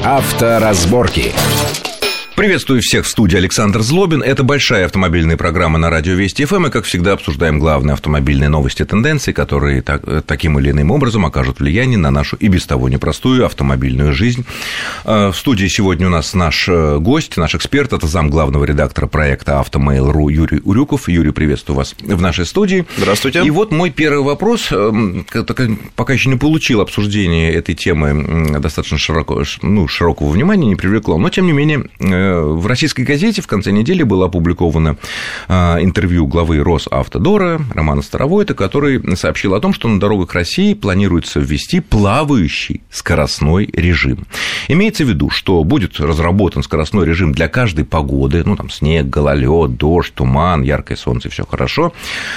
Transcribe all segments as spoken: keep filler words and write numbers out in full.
Авторазборки. Приветствую всех в студии, Александр Злобин. Это большая автомобильная программа на радио Вести эф эм. И, как всегда, обсуждаем главные автомобильные новости и тенденции, которые так, таким или иным образом окажут влияние на нашу и без того непростую автомобильную жизнь. В студии сегодня у нас наш гость, наш эксперт. Это зам главного редактора проекта «Автомейл точка ру» Юрий Урюков. Юрий, приветствую вас в нашей студии. Здравствуйте. И вот мой первый вопрос. Пока еще не получил обсуждение этой темы достаточно широко, ну, широкого внимания, не привлекло. Но, тем не менее, в российской газете в конце недели было опубликовано интервью главы Росавтодора Романа Старовойта, который сообщил о том, что на дорогах России планируется ввести плавающий скоростной режим. Имеется в виду, что будет разработан скоростной режим для каждой погоды, ну, там, снег, гололед, дождь, туман, яркое солнце, все хорошо,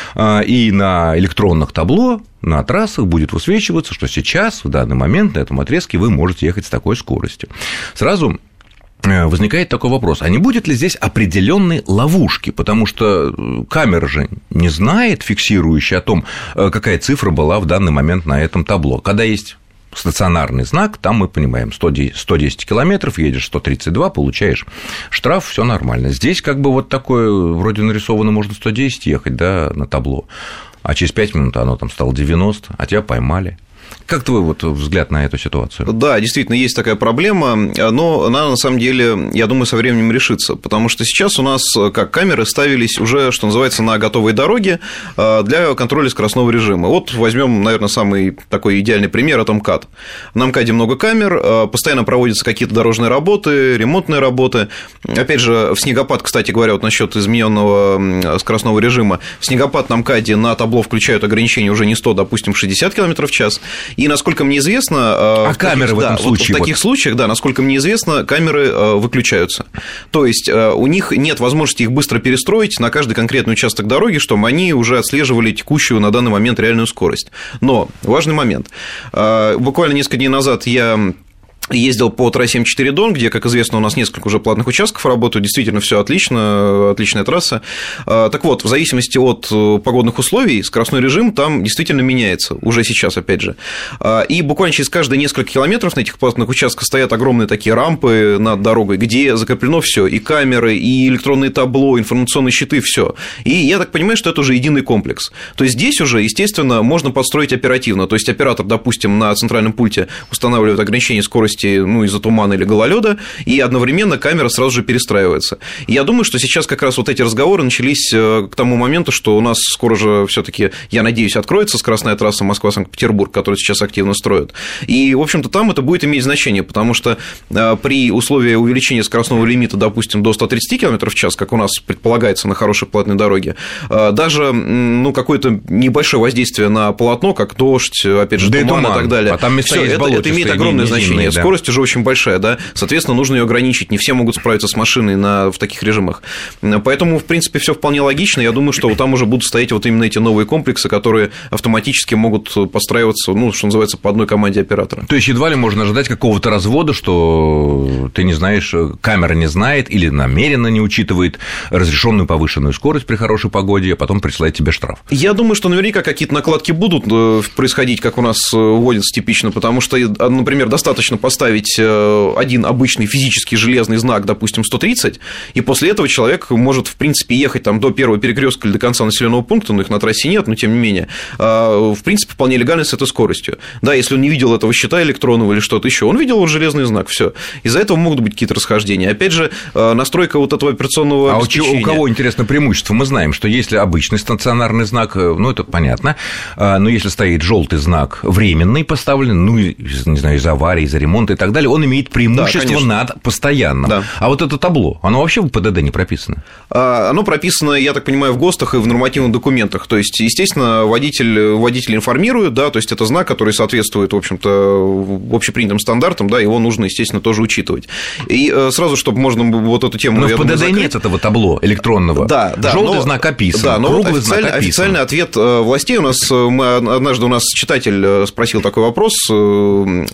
и на электронных табло на трассах будет высвечиваться, что сейчас, в данный момент, на этом отрезке вы можете ехать с такой скоростью. Сразу возникает такой вопрос, а не будет ли здесь определенной ловушки, потому что камера же не знает, фиксирующая о том, какая цифра была в данный момент на этом табло. Когда есть стационарный знак, там мы понимаем, сто десять километров, едешь сто тридцать два, получаешь штраф, все нормально. Здесь как бы вот такое, вроде нарисовано, можно сто десять ехать, да, на табло, а через пять минут оно там стало девяносто, а тебя поймали. Как твой вот взгляд на эту ситуацию? Да, действительно, есть такая проблема, но она, на самом деле, я думаю, со временем решится, потому что сейчас у нас, как камеры, ставились уже, что называется, на готовые дороги для контроля скоростного режима. Вот возьмем, наверное, самый такой идеальный пример – это МКАД. На МКАДе много камер, постоянно проводятся какие-то дорожные работы, ремонтные работы. Опять же, в снегопад, кстати говоря, вот насчет измененного скоростного режима, в снегопад на МКАДе на табло включают ограничение уже не сто, допустим, шестьдесят километров в час. И, насколько мне известно... А в камеры таких, в этом да, случае? Вот в таких вот... случаях, да, насколько мне известно, камеры выключаются. То есть, у них нет возможности их быстро перестроить на каждый конкретный участок дороги, чтобы они уже отслеживали текущую на данный момент реальную скорость. Но важный момент. Буквально несколько дней назад я... ездил по трассе эм четыре Дон, где, как известно, у нас несколько уже платных участков работают, действительно все отлично, отличная трасса. Так вот, в зависимости от погодных условий скоростной режим там действительно меняется, уже сейчас, опять же. И буквально через каждые несколько километров на этих платных участках стоят огромные такие рампы над дорогой, где закреплено все, и камеры, и электронные табло, информационные щиты, все. И я так понимаю, что это уже единый комплекс. То есть здесь уже, естественно, можно подстроить оперативно. То есть оператор, допустим, на центральном пульте устанавливает ограничение скорости, ну, из-за тумана или гололеда, и одновременно камера сразу же перестраивается. И я думаю, что сейчас как раз вот эти разговоры начались к тому моменту, что у нас скоро же все-таки, я надеюсь, откроется скоростная трасса Москва-Санкт-Петербург, которую сейчас активно строят. И, в общем-то, там это будет иметь значение, потому что при условии увеличения скоростного лимита, допустим, до ста тридцати километров в час, как у нас предполагается на хорошей платной дороге, даже, ну, какое-то небольшое воздействие на полотно, как дождь, опять же, да, туман, туман и так далее, а там места есть болотистые, это имеет огромное значение. Да. Скорость уже очень большая, да, соответственно, нужно ее ограничить, не все могут справиться с машиной на, в таких режимах, поэтому, в принципе, все вполне логично, я думаю, что там уже будут стоять вот именно эти новые комплексы, которые автоматически могут подстраиваться, ну, что называется, по одной команде оператора. То есть, едва ли можно ожидать какого-то развода, что ты не знаешь, камера не знает или намеренно не учитывает разрешенную повышенную скорость при хорошей погоде, а потом присылает тебе штраф. Я думаю, что наверняка какие-то накладки будут происходить, как у нас вводится типично, потому что, например, достаточно поставить один обычный физический железный знак, допустим, сто тридцать, и после этого человек может, в принципе, ехать там до первого перекрестка или до конца населенного пункта, но их на трассе нет, но тем не менее, в принципе, вполне легально с этой скоростью. Да, если он не видел этого щита электронного или что-то еще, он видел вот железный знак, все. Из-за этого могут быть какие-то расхождения. Опять же, настройка вот этого операционного а обеспечения. А у кого, интересно, преимущество? Мы знаем, что если обычный стационарный знак, ну, это понятно, но если стоит желтый знак временный поставлен, ну, не знаю, из-за аварии, из-за ремонта и так далее, он имеет преимущество, да, над постоянным. Да. А вот это табло, оно вообще в ПДД не прописано? Оно прописано, я так понимаю, в ГОСТах и в нормативных документах. То есть, естественно, водитель, водитель информирует, да, то есть, это знак, который соответствует, в общем-то, общепринятым стандартам, да, его нужно, естественно, тоже учитывать. И сразу, чтобы можно вот эту тему... Но в ПДД думаю, нет этого табло электронного. Да, да. Желтый знак описан, да, но круглый знак описан. Официальный ответ властей у нас, мы, однажды у нас читатель спросил такой вопрос,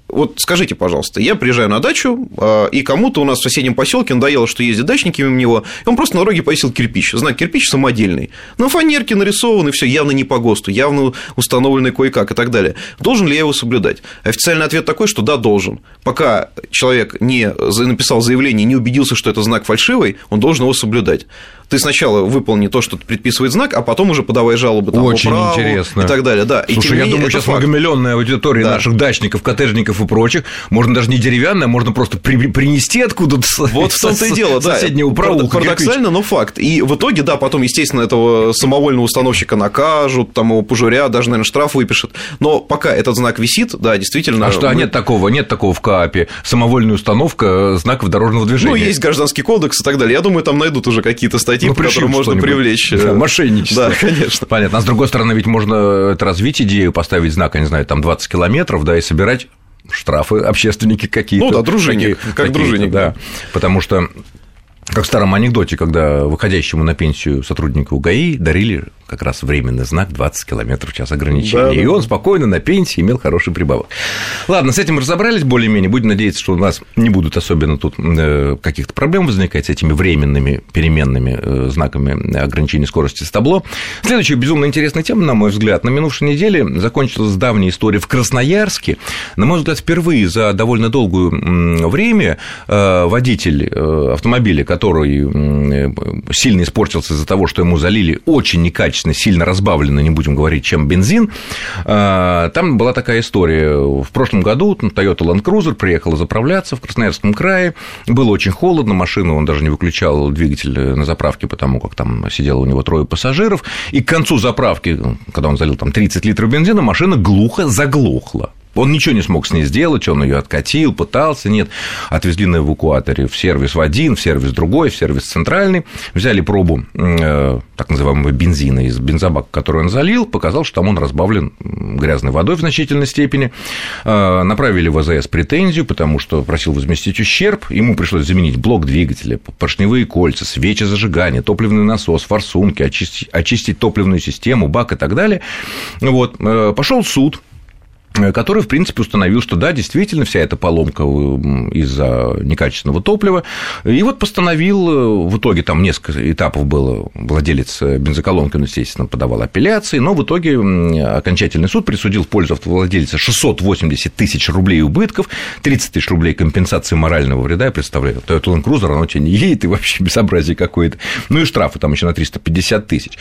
вот скажите, пожалуйста, я приезжаю на дачу, и кому-то у нас в соседнем поселке надоело, что ездят дачники мимо него, и он просто на дороге повесил кирпич. Знак кирпич самодельный. На фанерке нарисованы, все явно не по ГОСТу, явно установленный кое-как и так далее. Должен ли я его соблюдать? Официальный ответ такой, что да, должен. Пока человек не написал заявление, не убедился, что это знак фальшивый, он должен его соблюдать. Ты сначала выполни то, что предписывает знак, а потом уже подавай жалобы там, очень по праву интересно. И так далее. Да. Слушай, и, я менее, думаю, сейчас факт. Многомиллионная аудитория да. наших дачников, коттеджников и прочих, можно даже не деревянная, можно просто при- принести откуда-то вот в том-то и дело, да. соседнего проулка. Парадоксально, но факт. И в итоге, да, потом, естественно, этого самовольного установщика накажут, там его пожурят, даже, наверное, штраф выпишут. Но пока этот знак висит, да, действительно. А что, мы... нет такого, нет такого в КААПе, самовольная установка знаков дорожного движения. Ну, есть гражданский кодекс и так далее. Я думаю, там найдут уже какие-то статьи, ну, по которым можно привлечь. Да, мошенничество. Да, конечно. Понятно. А с другой стороны, ведь можно это развить идею, поставить знак, я не знаю, там двадцать километров, да, и собирать штрафы общественники какие-то. Ну да, дружинник, такие, как дружинник. Да, потому что, как в старом анекдоте, когда выходящему на пенсию сотруднику ГАИ дарили как раз временный знак двадцать километров в час ограничения. Да, и он спокойно на пенсии имел хороший прибавок. Ладно, с этим разобрались более-менее. Будем надеяться, что у нас не будут особенно тут каких-то проблем возникать с этими временными переменными знаками ограничения скорости с табло. Следующая безумно интересная тема, на мой взгляд. На минувшей неделе закончилась давняя история в Красноярске. На мой взгляд, впервые за довольно долгое время водитель автомобиля, который сильно испортился из-за того, что ему залили очень некачественно, сильно разбавлено, не будем говорить, чем бензин. Там была такая история. В прошлом году Toyota Land Cruiser приехала заправляться в Красноярском крае. Было очень холодно, машину он даже не выключал двигатель на заправке, потому как там сидело у него трое пассажиров. И к концу заправки, когда он залил там тридцать литров бензина, машина глухо заглохла. Он ничего не смог с ней сделать, он ее откатил, пытался, нет. Отвезли на эвакуаторе в сервис в один, в сервис другой, в сервис центральный. Взяли пробу э, так называемого бензина из бензобака, который он залил, показал, что там он разбавлен грязной водой в значительной степени. Э, направили в АЗС претензию, потому что просил возместить ущерб. Ему пришлось заменить блок двигателя, поршневые кольца, свечи зажигания, топливный насос, форсунки, очистить, очистить топливную систему, бак и так далее. Вот. Э, пошел суд, который, в принципе, установил, что да, действительно, вся эта поломка из-за некачественного топлива. И вот постановил, в итоге там несколько этапов было, владелец бензоколонки, он, естественно, подавал апелляции, но в итоге окончательный суд присудил в пользу автовладельца шестьсот восемьдесят тысяч рублей убытков, тридцать тысяч рублей компенсации морального вреда, я представляю, Toyota Land Cruiser, оно тебе не едет, и вообще безобразие какое-то. Ну и штрафы там еще на триста пятьдесят тысяч.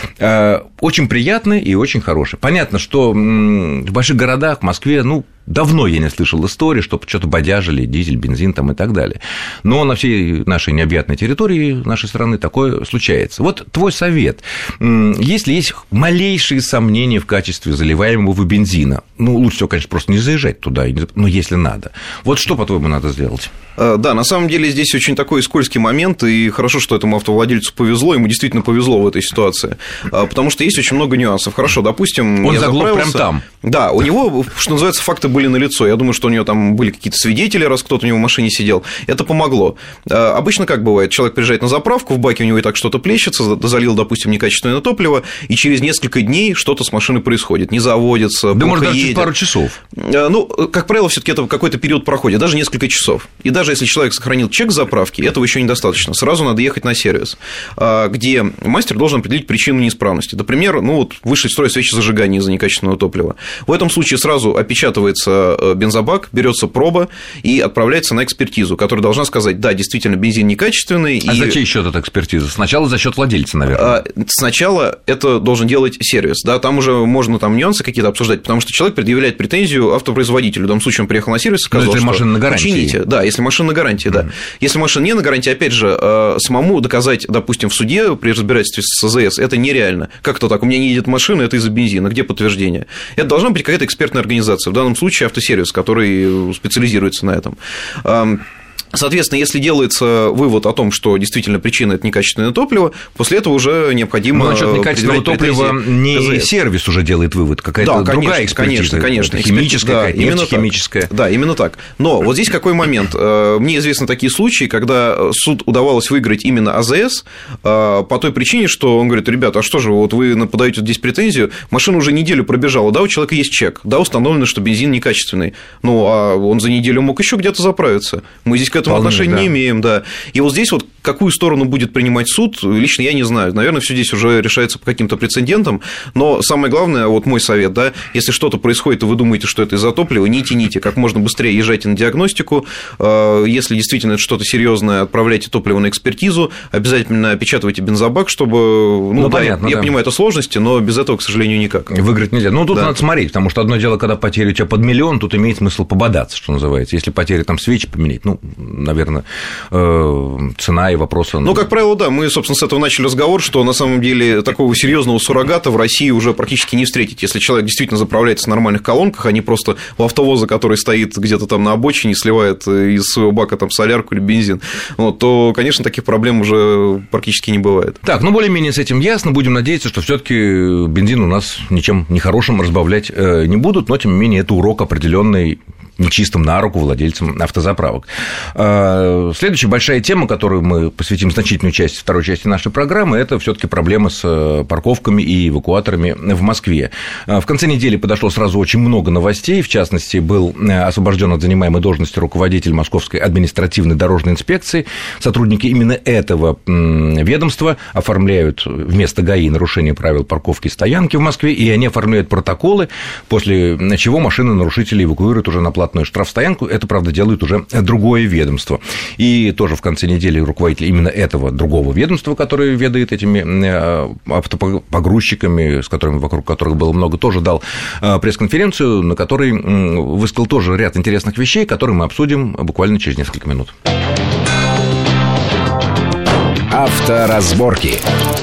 Очень приятный и очень хороший. Понятно, что в больших городах, в Москве, ну, давно я не слышал истории, чтобы что-то бодяжили, дизель, бензин там и так далее. Но на всей нашей необъятной территории нашей страны такое случается. Вот твой совет. Если есть малейшие сомнения в качестве заливаемого бензина, ну, лучше всего, конечно, просто не заезжать туда, но если надо. Вот что, по-твоему, надо сделать? Да, на самом деле здесь очень такой скользкий момент, и хорошо, что этому автовладельцу повезло, ему действительно повезло в этой ситуации, потому что есть очень много нюансов. Хорошо, допустим, он я заглох прям там. Да, у него, что называется, факты были налицо. Я думаю, что у него там были какие-то свидетели, раз кто-то у него в машине сидел. Это помогло. Обычно как бывает? Человек приезжает на заправку, в баке у него и так что-то плещется, залил, допустим, некачественное топливо, и через несколько дней что-то с машиной происходит, не заводится, да, может, даже едет. Пару часов. Ну, как правило, все-таки это какой-то период проходит, даже несколько часов. И даже если человек сохранил чек заправки, этого еще недостаточно. Сразу надо ехать на сервис, где мастер должен определить причину неисправности. Например, ну вот вышли строить свечи зажигания из-за некачественного топлива. В этом случае сразу опечатывается бензобак, берется проба и отправляется на экспертизу, которая должна сказать, да, действительно, бензин некачественный. А и... за чей счет эта экспертиза? Сначала за счет владельца, наверное. Сначала это должен делать сервис, да, там уже можно там нюансы какие-то обсуждать, потому что человек предъявляет претензию автопроизводителю. В данном случае он приехал на сервис и сказал, если что машина на гарантии. Почините. Да, если машина на гарантии, да. Mm-hmm. Если машина не на гарантии, опять же, самому доказать, допустим, в суде при разбирательстве с АЗС это нереально. Как это так? У меня не едет машина, это из-за бензина. Где подтверждение? Это должна быть какая-то экспертная организация. В данном случае автосервис, который специализируется на этом. Соответственно, если делается вывод о том, что действительно причина – это некачественное топливо, после этого уже необходимо… Но насчет некачественного топлива не сервис уже делает вывод, какая-то да, другая конечно, экспертиза. Конечно, конечно. Химическая, да, нефтехимическая. Да, именно так. Но вот здесь какой момент. Мне известны такие случаи, когда суд удавалось выиграть именно АЗС по той причине, что он говорит: ребята, а что же, вот вы подаете здесь претензию, машина уже неделю пробежала, да, у человека есть чек, да, установлено, что бензин некачественный, ну, а он за неделю мог еще где-то заправиться. Мы здесь к этому Вполне, отношения да. не имеем, да. И вот здесь вот какую сторону будет принимать суд, лично я не знаю. Наверное, все здесь уже решается по каким-то прецедентам, но самое главное, вот мой совет, да, если что-то происходит, и вы думаете, что это из-за топлива, не тяните, как можно быстрее езжайте на диагностику, если действительно это что-то серьезное, отправляйте топливо на экспертизу, обязательно опечатывайте бензобак, чтобы, ну, ну да, понятно, я да. понимаю, это сложности, но без этого, к сожалению, никак. Выиграть нельзя. Ну, тут да. надо смотреть, потому что одно дело, когда потери у тебя под миллион, тут имеет смысл пободаться, что называется. Если потери там свечи поменять, ну, наверное, цена и вопросы. Ну, как правило, да, мы, собственно, с этого начали разговор, что на самом деле такого серьезного суррогата в России уже практически не встретить. Если человек действительно заправляется в нормальных колонках, а не просто у автовоза, который стоит где-то там на обочине, сливает из своего бака там солярку или бензин, вот, то, конечно, таких проблем уже практически не бывает. Так, ну, более-менее с этим ясно. Будем надеяться, что все-таки бензин у нас ничем нехорошим разбавлять не будут, но, тем не менее, это урок определенный, нечистым на руку владельцам автозаправок. Следующая большая тема, которую мы посвятим значительную часть второй части нашей программы, это все-таки проблема с парковками и эвакуаторами в Москве. В конце недели подошло сразу очень много новостей, в частности, был освобожден от занимаемой должности руководитель Московской административной дорожной инспекции. Сотрудники именно этого ведомства оформляют вместо ГАИ нарушение правил парковки и стоянки в Москве, и они оформляют протоколы, после чего машины нарушителей эвакуируют уже на платную штрафстоянку. Это, правда, делает уже другое ведомство. И тоже в конце недели руководитель именно этого другого ведомства, которое ведает этими автопогрузчиками, с которыми, вокруг которых было много, тоже дал пресс-конференцию, на которой высказал тоже ряд интересных вещей, которые мы обсудим буквально через несколько минут. Авторазборки.